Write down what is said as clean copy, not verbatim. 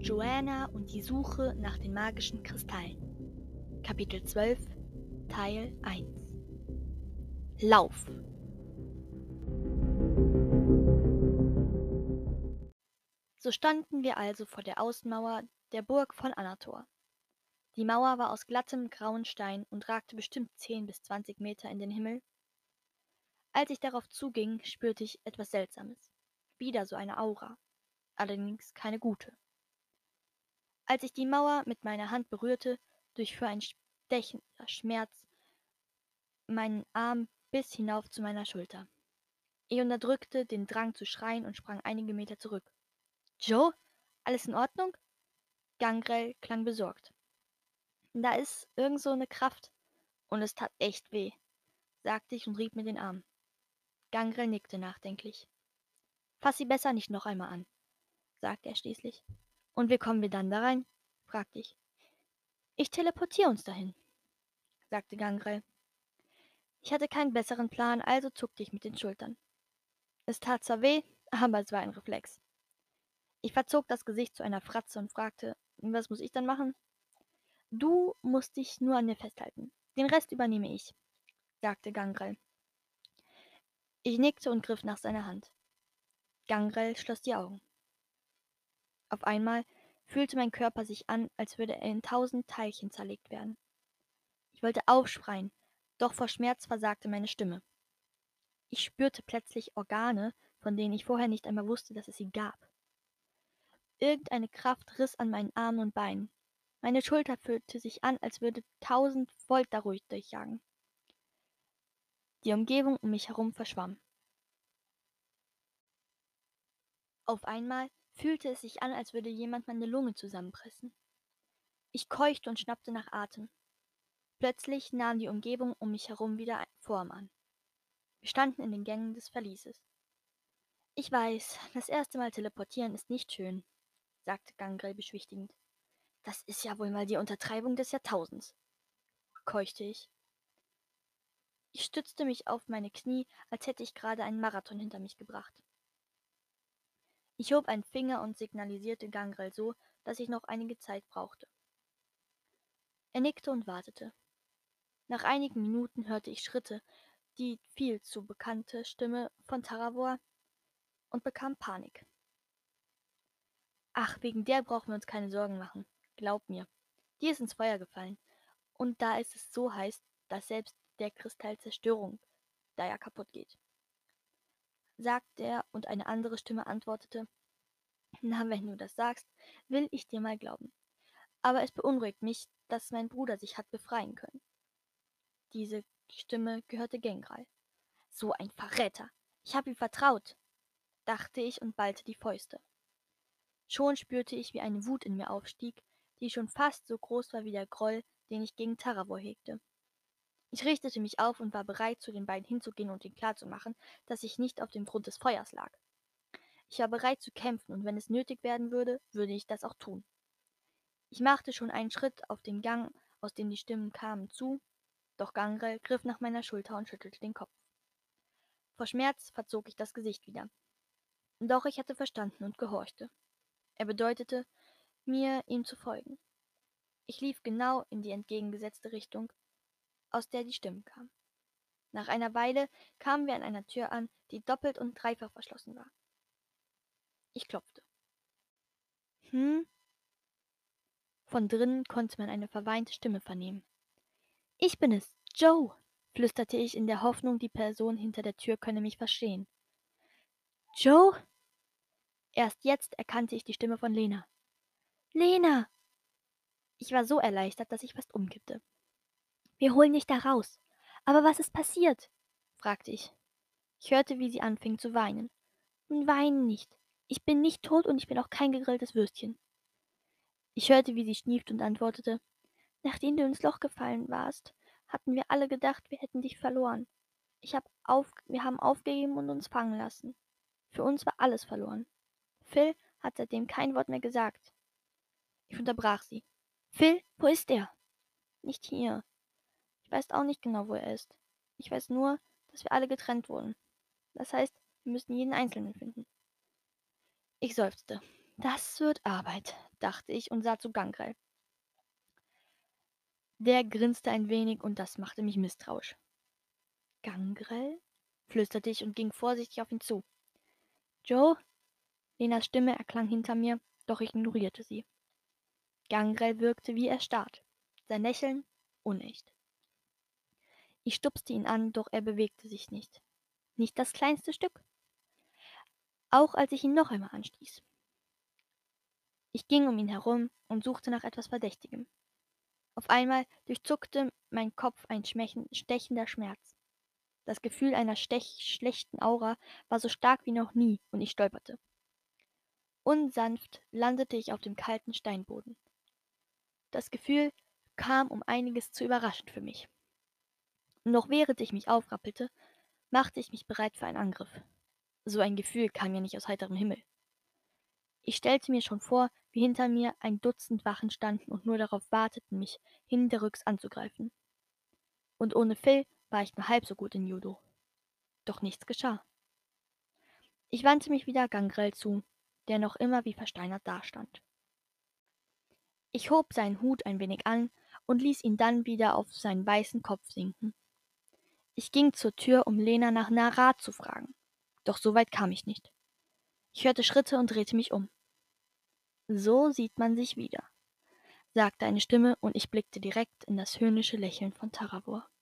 Joanna und die Suche nach den magischen Kristallen. Kapitel 12, Teil 1. Lauf! So standen wir also vor der Außenmauer der Burg von Anator. Die Mauer war aus glattem grauen Stein und ragte bestimmt 10 bis 20 Meter in den Himmel. Als ich darauf zuging, spürte ich etwas Seltsames. Wieder so eine Aura, allerdings keine gute. Als ich die Mauer mit meiner Hand berührte, durchfuhr ein stechender Schmerz meinen Arm bis hinauf zu meiner Schulter. Ich unterdrückte den Drang zu schreien und sprang einige Meter zurück. »Joe, alles in Ordnung?« Gangrel klang besorgt. »Da ist irgend so eine Kraft und es tat echt weh«, sagte ich und rieb mir den Arm. Gangrel nickte nachdenklich. »Fass sie besser nicht noch einmal an«, sagte er schließlich. »Und wie kommen wir dann da rein?«, fragte ich. »Ich teleportiere uns dahin«, sagte Gangrel. Ich hatte keinen besseren Plan, also zuckte ich mit den Schultern. Es tat zwar weh, aber es war ein Reflex. Ich verzog das Gesicht zu einer Fratze und fragte, was muss ich dann machen? »Du musst dich nur an mir festhalten. Den Rest übernehme ich«, sagte Gangrel. Ich nickte und griff nach seiner Hand. Gangrel schloss die Augen. Auf einmal fühlte mein Körper sich an, als würde er in 1000 Teilchen zerlegt werden. Ich wollte aufschreien, doch vor Schmerz versagte meine Stimme. Ich spürte plötzlich Organe, von denen ich vorher nicht einmal wusste, dass es sie gab. Irgendeine Kraft riss an meinen Armen und Beinen. Meine Schulter fühlte sich an, als würde 1000 Volt dadurch durchjagen. Die Umgebung um mich herum verschwamm. Auf einmal fühlte es sich an, als würde jemand meine Lunge zusammenpressen. Ich keuchte und schnappte nach Atem. Plötzlich nahm die Umgebung um mich herum wieder Form an. Wir standen in den Gängen des Verlieses. »Ich weiß, das erste Mal teleportieren ist nicht schön«, sagte Gangrel beschwichtigend. »Das ist ja wohl mal die Untertreibung des Jahrtausends«, keuchte ich. Ich stützte mich auf meine Knie, als hätte ich gerade einen Marathon hinter mich gebracht. Ich hob einen Finger und signalisierte Gangrel so, dass ich noch einige Zeit brauchte. Er nickte und wartete. Nach einigen Minuten hörte ich Schritte, die viel zu bekannte Stimme von Taravor, und bekam Panik. »Ach, wegen der brauchen wir uns keine Sorgen machen. Glaub mir. Die ist ins Feuer gefallen. Und da ist es so heiß, dass selbst der Kristall Zerstörung da ja kaputt geht«, sagte er, und eine andere Stimme antwortete, »Na, wenn du das sagst, will ich dir mal glauben. Aber es beunruhigt mich, dass mein Bruder sich hat befreien können.« Diese Stimme gehörte Gangrel. »So ein Verräter! Ich habe ihm vertraut«, dachte ich und ballte die Fäuste. Schon spürte ich, wie eine Wut in mir aufstieg, die schon fast so groß war wie der Groll, den ich gegen Taravor hegte. Ich richtete mich auf und war bereit, zu den beiden hinzugehen und ihnen klarzumachen, dass ich nicht auf dem Grund des Feuers lag. Ich war bereit zu kämpfen, und wenn es nötig werden würde, würde ich das auch tun. Ich machte schon einen Schritt auf den Gang, aus dem die Stimmen kamen, zu, doch Gangrel griff nach meiner Schulter und schüttelte den Kopf. Vor Schmerz verzog ich das Gesicht wieder. Doch ich hatte verstanden und gehorchte. Er bedeutete mir, ihm zu folgen. Ich lief genau in die entgegengesetzte Richtung, aus der die Stimmen kamen. Nach einer Weile kamen wir an einer Tür an, die doppelt und dreifach verschlossen war. Ich klopfte. »Hm?« Von drinnen konnte man eine verweinte Stimme vernehmen. »Ich bin es, Joe«, flüsterte ich in der Hoffnung, die Person hinter der Tür könne mich verstehen. »Joe?« Erst jetzt erkannte ich die Stimme von Lena. »Lena!« Ich war so erleichtert, dass ich fast umkippte. »Wir holen dich da raus. Aber was ist passiert?«, fragte ich. Ich hörte, wie sie anfing zu weinen. »Nun weine nicht. Ich bin nicht tot und ich bin auch kein gegrilltes Würstchen.« Ich hörte, wie sie schniefte und antwortete, »Nachdem du ins Loch gefallen warst, hatten wir alle gedacht, wir hätten dich verloren. Wir haben aufgegeben und uns fangen lassen. Für uns war alles verloren. Phil hat seitdem kein Wort mehr gesagt.« Ich unterbrach sie. »Phil, wo ist er?« »Nicht hier. Ich weiß auch nicht genau, wo er ist. Ich weiß nur, dass wir alle getrennt wurden. Das heißt, wir müssen jeden Einzelnen finden.« Ich seufzte. »Das wird Arbeit. dachte ich und sah zu Gangrel. Der grinste ein wenig und das machte mich misstrauisch. Gangrel? Flüsterte ich und ging vorsichtig auf ihn zu. Joe? Lenas Stimme erklang hinter mir, doch ich ignorierte sie. Gangrel wirkte wie erstarrt. Sein Lächeln unecht. Ich stupste ihn an, doch er bewegte sich nicht. Nicht das kleinste Stück. Auch als ich ihn noch einmal anstieß. Ich ging um ihn herum und suchte nach etwas Verdächtigem. Auf einmal durchzuckte mein Kopf ein stechender Schmerz. Das Gefühl einer schlechten Aura war so stark wie noch nie und ich stolperte. Unsanft landete ich auf dem kalten Steinboden. Das Gefühl kam um einiges zu überraschend für mich. Noch während ich mich aufrappelte, machte ich mich bereit für einen Angriff. So ein Gefühl kam ja nicht aus heiterem Himmel. Ich stellte mir schon vor, wie hinter mir ein Dutzend Wachen standen und nur darauf warteten, mich hinterrücks anzugreifen. Und ohne Phil war ich nur halb so gut in Judo. Doch nichts geschah. Ich wandte mich wieder Gangrel zu, der noch immer wie versteinert dastand. Ich hob seinen Hut ein wenig an und ließ ihn dann wieder auf seinen weißen Kopf sinken. Ich ging zur Tür, um Lena nach Rat zu fragen. Doch so weit kam ich nicht. Ich hörte Schritte und drehte mich um. So sieht man sich wieder, sagte eine Stimme und ich blickte direkt in das höhnische Lächeln von Taravor.